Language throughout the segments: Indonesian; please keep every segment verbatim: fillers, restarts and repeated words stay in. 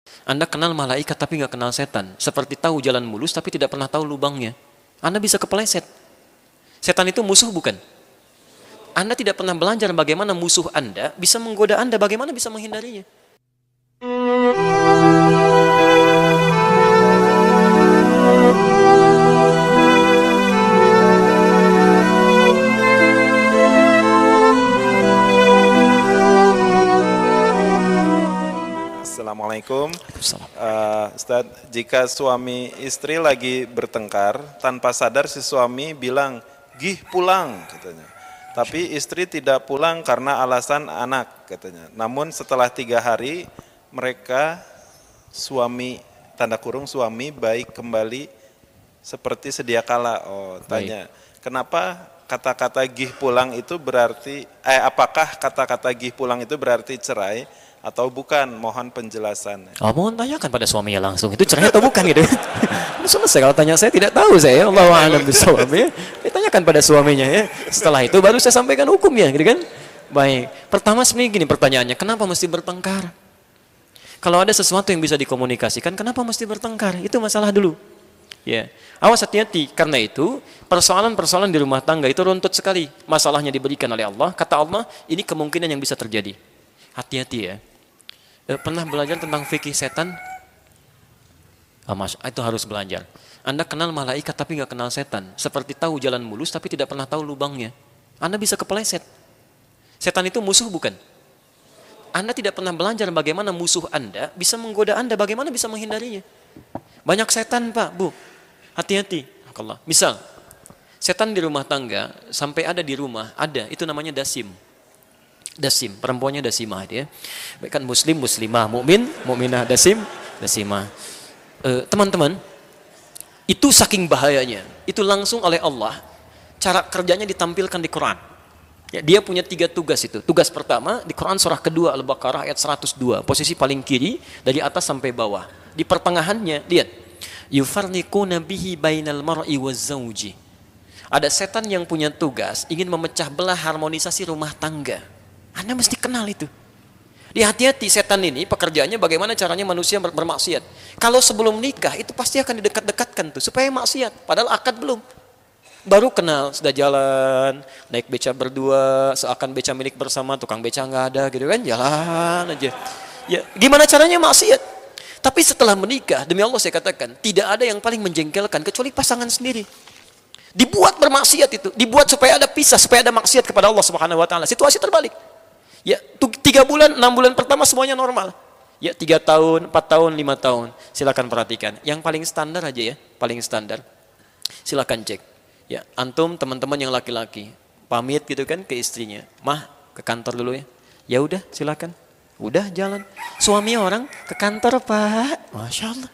Anda kenal malaikat tapi nggak kenal setan. Seperti tahu jalan mulus tapi tidak pernah tahu lubangnya. Anda bisa kepeleset. Setan itu musuh bukan? Anda tidak pernah belajar bagaimana musuh Anda bisa menggoda Anda, bagaimana bisa menghindarinya. Assalamualaikum. Uh, Ustaz, jika suami istri lagi bertengkar, tanpa sadar si suami bilang, "Gih pulang," katanya. Tapi istri tidak pulang karena alasan anak, katanya. Namun setelah tiga hari, mereka suami, tanda kurung suami baik kembali seperti sedia kala. Oh, tanya, baik. Kenapa kata-kata gih pulang itu berarti, eh apakah kata-kata gih pulang itu berarti cerai? Atau bukan, mohon penjelasan. Oh, mohon tanyakan pada suaminya langsung, itu cerai atau bukan gitu. Selesai, kalau tanya saya tidak tahu saya, Allahu a'lam bishawab ya. Ditanyakan pada suaminya ya. Setelah itu baru saya sampaikan hukumnya, gitu kan? Baik. Pertama sebenarnya gini pertanyaannya, kenapa mesti bertengkar? Kalau ada sesuatu yang bisa dikomunikasikan, kenapa mesti bertengkar? Itu masalah dulu. Ya. Awas hati-hati, karena itu persoalan-persoalan di rumah tangga itu runtut sekali. Masalahnya diberikan oleh Allah. Kata Allah, ini kemungkinan yang bisa terjadi. Hati-hati ya. Pernah belajar tentang fikih setan? Oh, mas, itu harus belajar. Anda kenal malaikat tapi nggak kenal setan. Seperti tahu jalan mulus tapi tidak pernah tahu lubangnya. Anda bisa kepeleset. Setan itu musuh bukan? Anda tidak pernah belajar bagaimana musuh Anda bisa menggoda Anda, bagaimana bisa menghindarinya. Banyak setan Pak, Bu. Hati-hati. Misal, setan di rumah tangga, sampai ada di rumah, ada, itu namanya dasim. Dasim, perempuannya dasimah dia. Baik kan muslim, muslimah, mukmin, mukminah, dasim, dasimah. E, teman-teman, itu saking bahayanya. Itu langsung oleh Allah. Cara kerjanya ditampilkan di Quran. Ya, dia punya tiga tugas itu. Tugas pertama di Quran surah kedua Al-Baqarah ayat seratus dua, posisi paling kiri dari atas sampai bawah. Di pertengahannya, lihat. Yufarniquna bihi bainal mar'i wazzauji. Ada setan yang punya tugas ingin memecah belah harmonisasi rumah tangga. Anda mesti kenal itu. Hati-hati, setan ini pekerjaannya bagaimana caranya manusia bermaksiat. Kalau sebelum nikah itu pasti akan didekat-dekatkan tuh supaya maksiat. Padahal akad belum. Baru kenal, sudah jalan, naik beca berdua, seakan beca milik bersama, tukang beca nggak ada gitu kan, jalan aja. Ya, gimana caranya maksiat? Tapi setelah menikah, demi Allah saya katakan, tidak ada yang paling menjengkelkan kecuali pasangan sendiri. Dibuat bermaksiat itu, dibuat supaya ada pisah, supaya ada maksiat kepada Allah Subhanahu wa taala. Situasi terbalik. Ya, tiga bulan, enam bulan pertama semuanya normal. Ya, tiga tahun, empat tahun, lima tahun. Silakan perhatikan. Yang paling standar aja ya, paling standar. Silakan cek. Ya, antum teman-teman yang laki-laki pamit gitu kan ke istrinya. Mah, ke kantor dulu ya. Ya udah, silakan. Udah jalan. Suami orang ke kantor Pak. Masya Allah.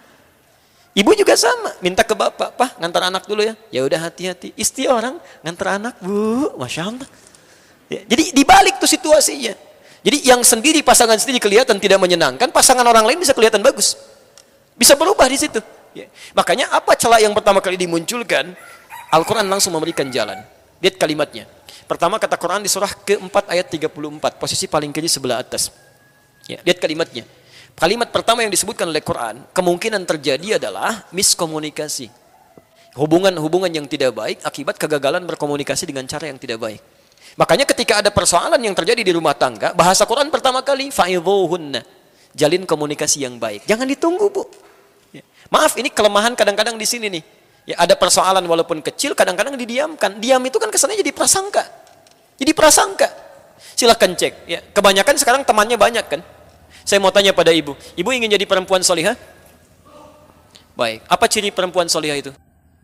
Ibu juga sama, minta ke bapak, Pak, ngantar anak dulu ya. Ya udah hati-hati. Istri orang ngantar anak, Bu. Masya Allah. Ya, jadi dibalik tuh situasinya. Jadi yang sendiri pasangan sendiri kelihatan tidak menyenangkan, pasangan orang lain bisa kelihatan bagus, bisa berubah di situ. Ya. Makanya apa celah yang pertama kali dimunculkan? Al-Quran langsung memberikan jalan. Lihat kalimatnya. Pertama kata Quran di surah keempat ayat tiga puluh empat, posisi paling kiri sebelah atas. Ya, lihat kalimatnya. Kalimat pertama yang disebutkan oleh Quran, kemungkinan terjadi adalah miskomunikasi. Hubungan-hubungan yang tidak baik akibat kegagalan berkomunikasi dengan cara yang tidak baik. Makanya ketika ada persoalan yang terjadi di rumah tangga, bahasa Quran pertama kali, fa'idhuhunna, jalin komunikasi yang baik. Jangan ditunggu, Bu. Ya. Maaf, ini kelemahan kadang-kadang di sini nih. Ya, ada persoalan walaupun kecil, kadang-kadang didiamkan. Diam itu kan kesannya jadi prasangka. Jadi prasangka. Silahkan cek. Ya, kebanyakan sekarang temannya banyak kan. Saya mau tanya pada ibu, ibu ingin jadi perempuan solihah? Baik, apa ciri perempuan solihah itu?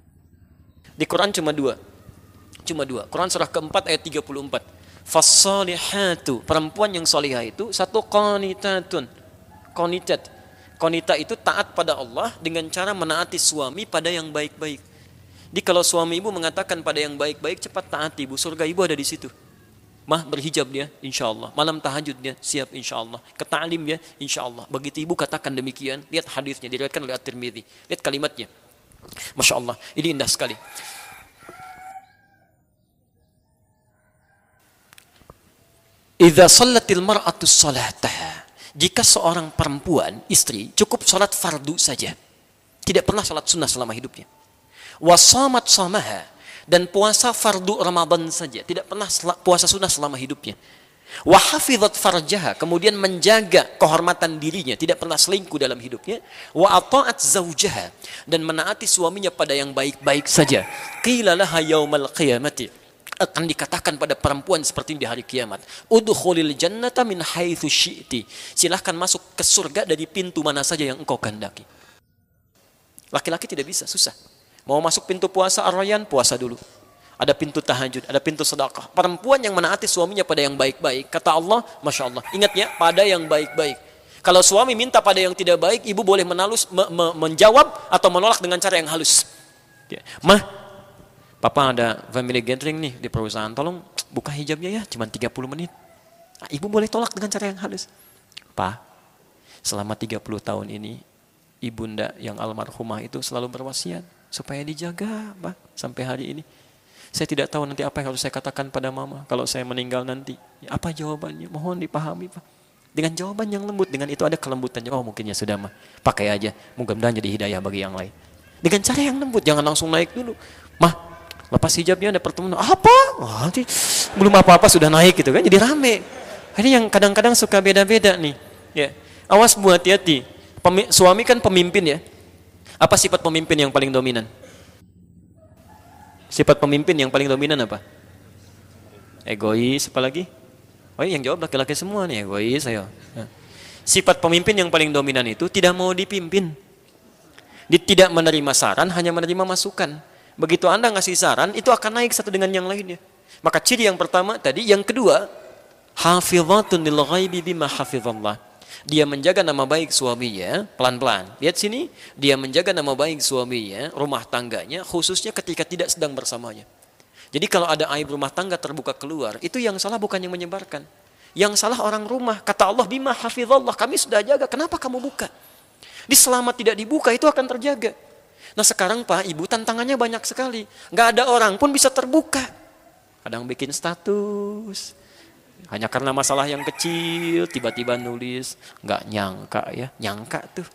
Di Quran cuma dua. Cuma dua. Quran surah keempat ayat tiga puluh empat. Fassolihatu, perempuan yang solihah itu satu qanitatun. Qanitat. Qanita itu taat pada Allah dengan cara menaati suami pada yang baik-baik. Jadi kalau suami ibu mengatakan pada yang baik-baik, cepat taati ibu. Surga ibu ada di situ. Mah berhijab dia, insya Allah. Malam tahajud dia, siap insya Allah. Keta'lim dia, insya Allah. Begitu ibu katakan demikian, lihat hadisnya, diriwayatkan oleh At-Tirmidzi. Lihat kalimatnya. Masya Allah, ini indah sekali. Idza shallatil mar'atu shalataha. Jika seorang perempuan, istri, cukup sholat fardu saja. Tidak pernah sholat sunnah selama hidupnya. Wasamat samaha. Dan puasa fardu Ramadan saja. Tidak pernah puasa sunnah selama hidupnya. Wahafidhat farjaha. Kemudian menjaga kehormatan dirinya. Tidak pernah selingkuh dalam hidupnya. Wa ata'at zawjaha. Dan menaati suaminya pada yang baik-baik saja. Qila laha yaumal qiyamati. Akan dikatakan pada perempuan seperti ini di hari kiamat. Udkhulil jannata min haitsu syi'ti. Silahkan masuk ke surga dari pintu mana saja yang engkau kehendaki. Laki-laki tidak bisa, susah. Mau masuk pintu puasa Ar-Rayyan, puasa dulu. Ada pintu tahajud, ada pintu sedekah. Perempuan yang menaati suaminya pada yang baik-baik. Kata Allah, Masya Allah. Ingat ya, pada yang baik-baik. Kalau suami minta pada yang tidak baik, ibu boleh menalus, me, me, menjawab atau menolak dengan cara yang halus. Mah, Papa ada family gathering nih di perusahaan, tolong buka hijabnya ya, cuma tiga puluh menit. Nah, ibu boleh tolak dengan cara yang halus. Pa, selama tiga puluh tahun ini, ibunda yang almarhumah itu selalu berwasiat supaya dijaga, Pak, sampai hari ini. Saya tidak tahu nanti apa yang harus saya katakan pada mama kalau saya meninggal nanti. Apa jawabannya? Mohon dipahami, Pak. Dengan jawaban yang lembut, dengan itu ada kelembutannya. Oh, mungkin ya sudah, mah. Pakai aja. Mudah-mudahan jadi hidayah bagi yang lain. Dengan cara yang lembut, jangan langsung naik dulu. Mah, lepas hijabnya ada pertemuan, apa? Oh, nanti belum apa-apa sudah naik gitu kan, jadi rame. Ini yang kadang-kadang suka beda-beda nih. Ya, awas bu, hati-hati. Pemi- suami kan pemimpin ya. Apa sifat pemimpin yang paling dominan? Sifat pemimpin yang paling dominan apa? Egois, apa lagi? Oh, yang jawab laki-laki semua nih, egois ayo. Nah. Sifat pemimpin yang paling dominan itu tidak mau dipimpin. Dia tidak menerima saran, hanya menerima masukan. Begitu Anda ngasih saran, itu akan naik satu dengan yang lainnya. Maka ciri yang pertama tadi, yang kedua, hafizatun lil ghaibi bima hafizallah. Dia menjaga nama baik suaminya, pelan-pelan. Lihat sini, dia menjaga nama baik suaminya, rumah tangganya, khususnya ketika tidak sedang bersamanya. Jadi kalau ada aib rumah tangga terbuka keluar, itu yang salah bukan yang menyebarkan. Yang salah orang rumah. Kata Allah, bima hafizallah, kami sudah jaga, kenapa kamu buka? Di selama tidak dibuka, itu akan terjaga. Nah sekarang Pak, Ibu tantangannya banyak sekali. Nggak ada orang pun bisa terbuka. Kadang bikin status. Hanya karena masalah yang kecil, tiba-tiba nulis. Nggak nyangka ya, nyangka tuh.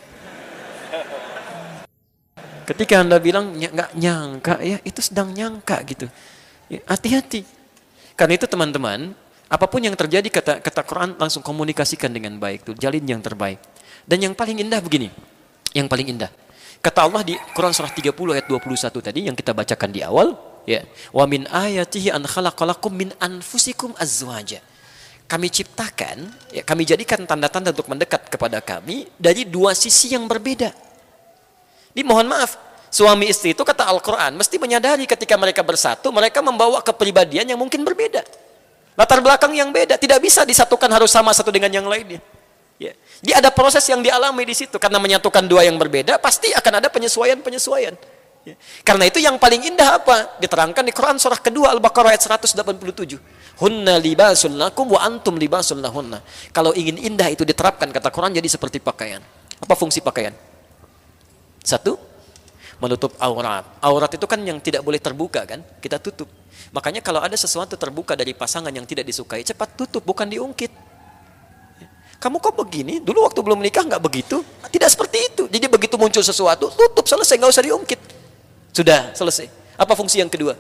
Ketika Anda bilang nggak nyangka ya, itu sedang nyangka gitu. Ya, hati-hati. Karena itu teman-teman, apapun yang terjadi kata, kata Quran langsung komunikasikan dengan baik. Tuh, jalin yang terbaik. Dan yang paling indah begini. Yang paling indah. Kata Allah di Quran surah tiga puluh ayat dua puluh satu tadi yang kita bacakan di awal, ya. Wa min ayatihi an khalaqalakum min anfusikum azwaja. Kami ciptakan, ya, kami jadikan tanda-tanda untuk mendekat kepada kami dari dua sisi yang berbeda. Di mohon maaf, suami istri itu kata Al-Quran mesti menyadari ketika mereka bersatu, mereka membawa kepribadian yang mungkin berbeda. Latar belakang yang beda, tidak bisa disatukan harus sama satu dengan yang lainnya. Ya. Dia ada proses yang dialami di situ karena menyatukan dua yang berbeda pasti akan ada penyesuaian-penyesuaian. Ya. Karena itu yang paling indah apa? Diterangkan di Quran surah kedua Al-Baqarah ayat seratus delapan puluh tujuh. Hunna libasul lakum wa antum libasul lahunna. Kalau ingin indah itu diterapkan kata Quran jadi seperti pakaian. Apa fungsi pakaian? Satu, menutup aurat. Aurat itu kan yang tidak boleh terbuka kan? Kita tutup. Makanya kalau ada sesuatu terbuka dari pasangan yang tidak disukai, cepat tutup, bukan diungkit. Kamu kok begini? Dulu waktu belum menikah nggak begitu? Tidak seperti itu. Jadi begitu muncul sesuatu, tutup, selesai, nggak usah diungkit. Sudah, selesai. Apa fungsi yang kedua?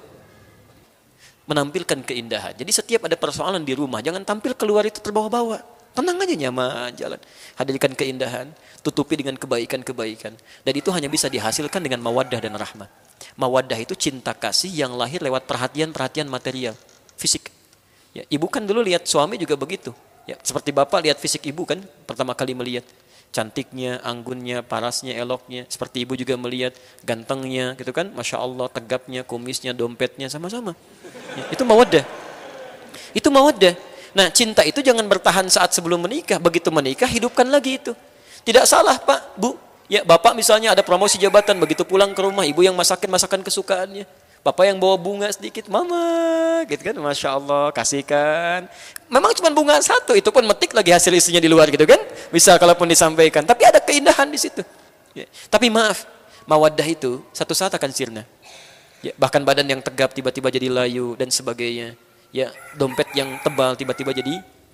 Menampilkan keindahan. Jadi setiap ada persoalan di rumah, jangan tampil keluar itu terbawa-bawa. Tenang aja, nyaman, jalan. Hadirkan keindahan, tutupi dengan kebaikan-kebaikan. Dan itu hanya bisa dihasilkan dengan mawaddah dan rahmah. Mawaddah itu cinta kasih yang lahir lewat perhatian-perhatian material, fisik. Ya, ibu kan dulu lihat suami juga begitu. Ya, seperti bapak lihat fisik ibu kan, pertama kali melihat cantiknya, anggunnya, parasnya, eloknya. Seperti ibu juga melihat gantengnya, gitu kan, masya Allah, tegapnya, kumisnya, dompetnya, sama-sama. Ya, itu mawaddah. Itu mawaddah. Nah, cinta itu jangan bertahan saat sebelum menikah. Begitu menikah, hidupkan lagi itu. Tidak salah Pak, Bu. Ya, bapak misalnya ada promosi jabatan, begitu pulang ke rumah, ibu yang masakin masakan kesukaannya. Bapak yang bawa bunga sedikit, mama, gitu kan, masya Allah, kasihkan. Memang cuma bunga satu, itu pun metik lagi hasil isinya di luar, gitu kan. Bisa kalaupun disampaikan, tapi ada keindahan di situ. Ya. Tapi maaf, mawaddah itu satu saat akan sirna. Ya, bahkan badan yang tegap tiba-tiba jadi layu dan sebagainya. Ya, dompet yang tebal tiba-tiba jadi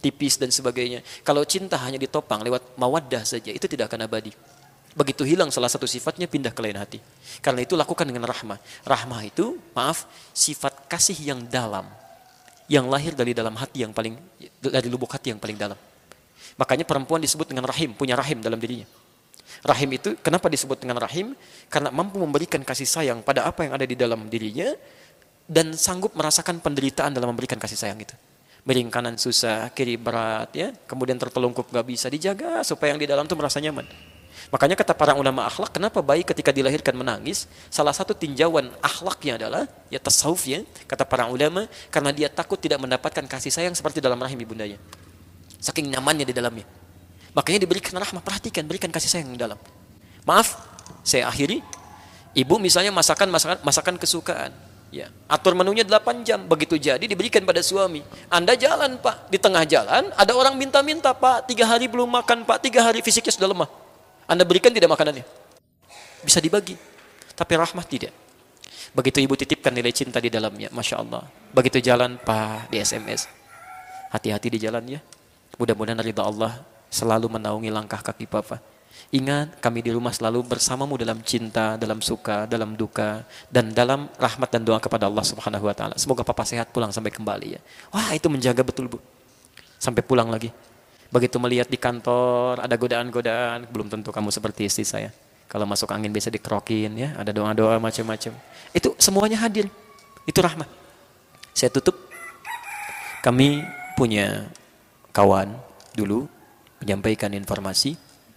tipis dan sebagainya. Kalau cinta hanya ditopang lewat mawaddah saja, itu tidak akan abadi. Begitu hilang salah satu sifatnya, pindah ke lain hati. Karena itu lakukan dengan rahmah. Rahmah itu, maaf, sifat kasih yang dalam, yang lahir dari dalam hati yang paling, dari lubuk hati yang paling dalam. Makanya perempuan disebut dengan rahim, punya rahim dalam dirinya. Rahim itu kenapa disebut dengan rahim? Karena mampu memberikan kasih sayang pada apa yang ada di dalam dirinya dan sanggup merasakan penderitaan dalam memberikan kasih sayang itu. Miring kanan susah, kiri berat, ya, kemudian tertelungkup gak bisa, dijaga supaya yang di dalam itu merasa nyaman. Makanya kata para ulama akhlak, kenapa bayi ketika dilahirkan menangis? Salah satu tinjauan akhlaknya adalah ya tasawuf, ya, kata para ulama, karena dia takut tidak mendapatkan kasih sayang seperti dalam rahim ibundanya. Saking nyamannya di dalamnya. Makanya diberikan rahmah, perhatikan, berikan kasih sayang di dalam. Maaf, saya akhiri. Ibu misalnya masakan masakan masakan kesukaan, ya, atur menunya delapan jam, begitu jadi diberikan pada suami. Anda jalan, Pak, di tengah jalan ada orang minta-minta, Pak, tiga hari belum makan, Pak, tiga hari fisiknya sudah lemah. Anda berikan tidak makanannya? Bisa dibagi. Tapi rahmah tidak. Begitu ibu titipkan nilai cinta di dalamnya, Masya Allah. Begitu jalan, Pak, di S M S. Hati-hati di jalan, ya. Mudah-mudahan ridha Allah selalu menaungi langkah kaki Papa. Ingat, kami di rumah selalu bersamamu dalam cinta, dalam suka, dalam duka, dan dalam rahmat dan doa kepada Allah Subhanahu wa Ta'ala. Semoga Papa sehat pulang sampai kembali, ya. Wah, itu menjaga betul, Bu. Sampai pulang lagi. Begitu melihat di kantor ada godaan-godaan, belum tentu kamu seperti istri saya. Kalau masuk angin biasa dikerokin, ya, ada doa-doa macam-macam. Itu semuanya hadir. Itu rahmat. Saya tutup. Kami punya kawan dulu menyampaikan informasi.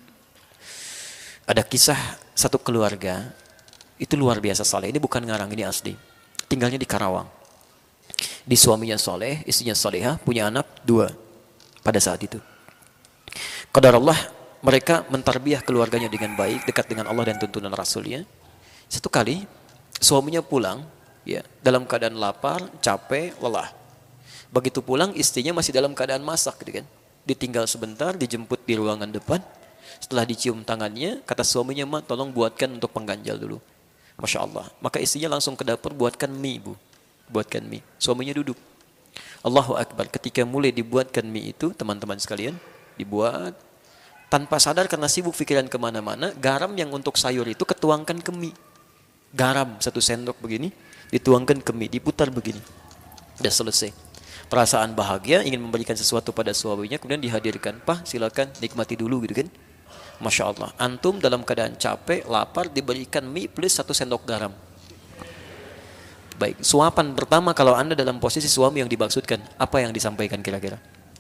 Ada kisah satu keluarga, itu luar biasa saleh. Ini bukan ngarang, ini asli. Tinggalnya di Karawang. Di suaminya soleh, istrinya solehah, punya anak dua pada saat itu. Qadar Allah, mereka mentarbiah keluarganya dengan baik, dekat dengan Allah dan tuntunan Rasulnya. Satu kali, suaminya pulang, ya, dalam keadaan lapar, capek, lelah. Begitu pulang, istrinya masih dalam keadaan masak, gitu kan. Ditinggal sebentar, dijemput di ruangan depan. Setelah dicium tangannya, kata suaminya, "Ma, tolong buatkan untuk pengganjal dulu." Masya Allah. Maka istrinya langsung ke dapur, buatkan mie, Bu. Buatkan mie. Suaminya duduk. Allahu Akbar. Ketika mulai dibuatkan mie itu, teman-teman sekalian, dibuat. Tanpa sadar karena sibuk pikiran kemana-mana, garam yang untuk sayur itu ketuangkan ke mie. Garam satu sendok begini, dituangkan ke mie, diputar begini. Sudah selesai. Perasaan bahagia, ingin memberikan sesuatu pada suaminya, kemudian dihadirkan. "Pak, silakan nikmati dulu," gitu kan. Masya Allah. Antum dalam keadaan capek, lapar, diberikan mie plus satu sendok garam. Baik, suapan pertama kalau Anda dalam posisi suami yang dimaksudkan, apa yang disampaikan kira-kira?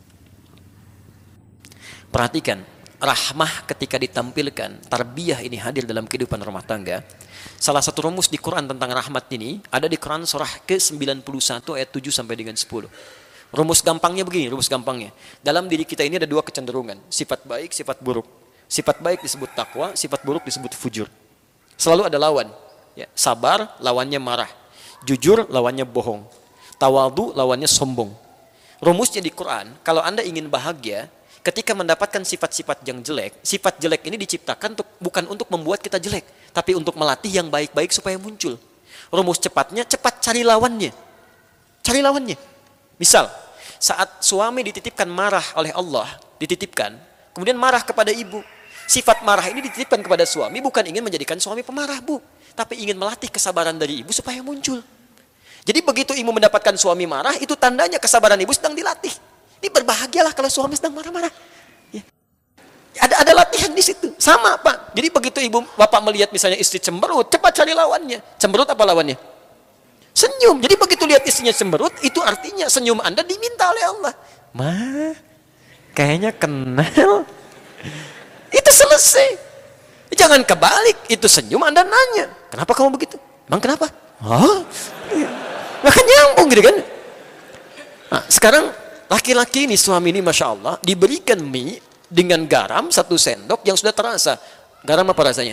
Perhatikan, rahmah ketika ditampilkan, tarbiyah ini hadir dalam kehidupan rumah tangga. Salah satu rumus di Quran tentang rahmat ini ada di Quran surah ke sembilan puluh satu ayat tujuh sampai dengan sepuluh. Rumus gampangnya begini, rumus gampangnya. Dalam diri kita ini ada dua kecenderungan, sifat baik, sifat buruk. Sifat baik disebut takwa, sifat buruk disebut fujur. Selalu ada lawan. Ya, sabar, lawannya marah. Jujur, lawannya bohong. Tawadhu, lawannya sombong. Rumusnya di Quran, kalau Anda ingin bahagia, ketika mendapatkan sifat-sifat yang jelek, sifat jelek ini diciptakan untuk, bukan untuk membuat kita jelek, tapi untuk melatih yang baik-baik supaya muncul. Rumus cepatnya, cepat cari lawannya. Cari lawannya. Misal, saat suami dititipkan marah oleh Allah, dititipkan, kemudian marah kepada ibu. Sifat marah ini dititipkan kepada suami, bukan ingin menjadikan suami pemarah, Bu, tapi ingin melatih kesabaran dari ibu supaya muncul. Jadi begitu ibu mendapatkan suami marah, itu tandanya kesabaran ibu sedang dilatih. Ini berbahagialah kalau suami sedang marah-marah. Ya. Ada ada latihan di situ. Sama, Pak. Jadi begitu ibu bapak melihat misalnya istri cemberut, cepat cari lawannya. Cemberut apa lawannya? Senyum. Jadi begitu lihat istrinya cemberut, itu artinya senyum Anda diminta oleh Allah. Ma, kayaknya kenal. Itu selesai. Jangan kebalik. Itu senyum Anda nanya, "Kenapa kamu begitu?" "Emang kenapa?" "Hah?" Nah, kan nyambung gitu kan. Nah, sekarang laki-laki ini, suami ini Masya Allah, diberikan mie dengan garam satu sendok yang sudah terasa. Garam apa rasanya?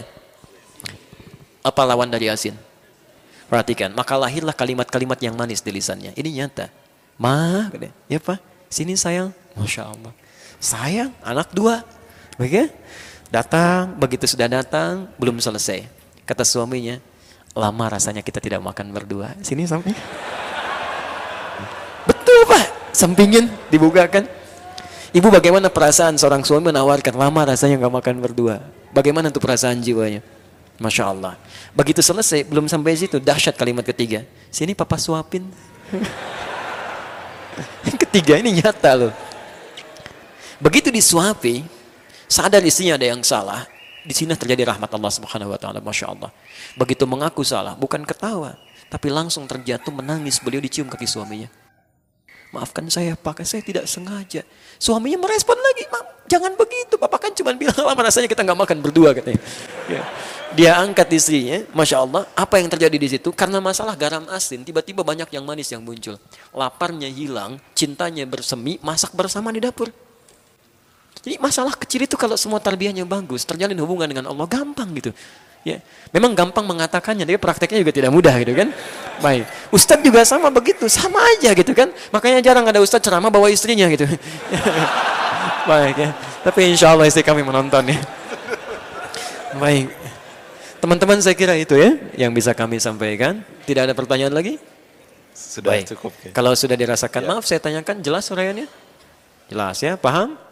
Apa lawan dari asin? Perhatikan, maka lahirlah kalimat-kalimat yang manis di lisannya. Ini nyata. "Ma," "ya Pak, sini sayang." Masya Allah. Sayang, anak dua. Begitu? Datang, begitu sudah datang, belum selesai. Kata suaminya, "Lama rasanya kita tidak makan berdua. Sini sampai." Betul, Pak. Sampingin, dibukakan. Ibu, bagaimana perasaan seorang suami menawarkan, lama rasanya nggak makan berdua? Bagaimana tuh perasaan jiwanya? Masya Allah. Begitu selesai, belum sampai situ, dahsyat kalimat ketiga. Sini papa suapin. Yang ketiga ini nyata loh. Begitu disuapi, sadar istrinya ada yang salah. Di sini terjadi rahmat Allah Subhanahu Wa Taala. Masya Allah. Begitu mengaku salah, bukan ketawa, tapi langsung terjatuh menangis. Beliau dicium kaki suaminya. Maafkan saya Pak, saya tidak sengaja. Suaminya merespon lagi, jangan begitu, Bapak kan cuma bilang lama rasanya kita nggak makan berdua katanya. Ya. Dia angkat istrinya, Masya Allah. Apa yang terjadi di situ? Karena masalah garam asin, tiba-tiba banyak yang manis yang muncul. Laparnya hilang, cintanya bersemi, masak bersama di dapur. Jadi masalah kecil itu kalau semua tarbiyahnya bagus, terjalin hubungan dengan Allah gampang gitu. Ya, memang gampang mengatakannya, tapi prakteknya juga tidak mudah gitu kan. Baik, Ustadz juga sama begitu, sama aja gitu kan. Makanya jarang ada Ustadz ceramah bawa istrinya gitu. Baik ya, tapi insya Allah istri kami menonton ya. Baik, teman-teman saya kira itu ya yang bisa kami sampaikan. Tidak ada pertanyaan lagi? Sudah Baik. cukup. Ya. Kalau sudah dirasakan, ya. Maaf saya tanyakan, jelas uraiannya? Jelas ya, paham?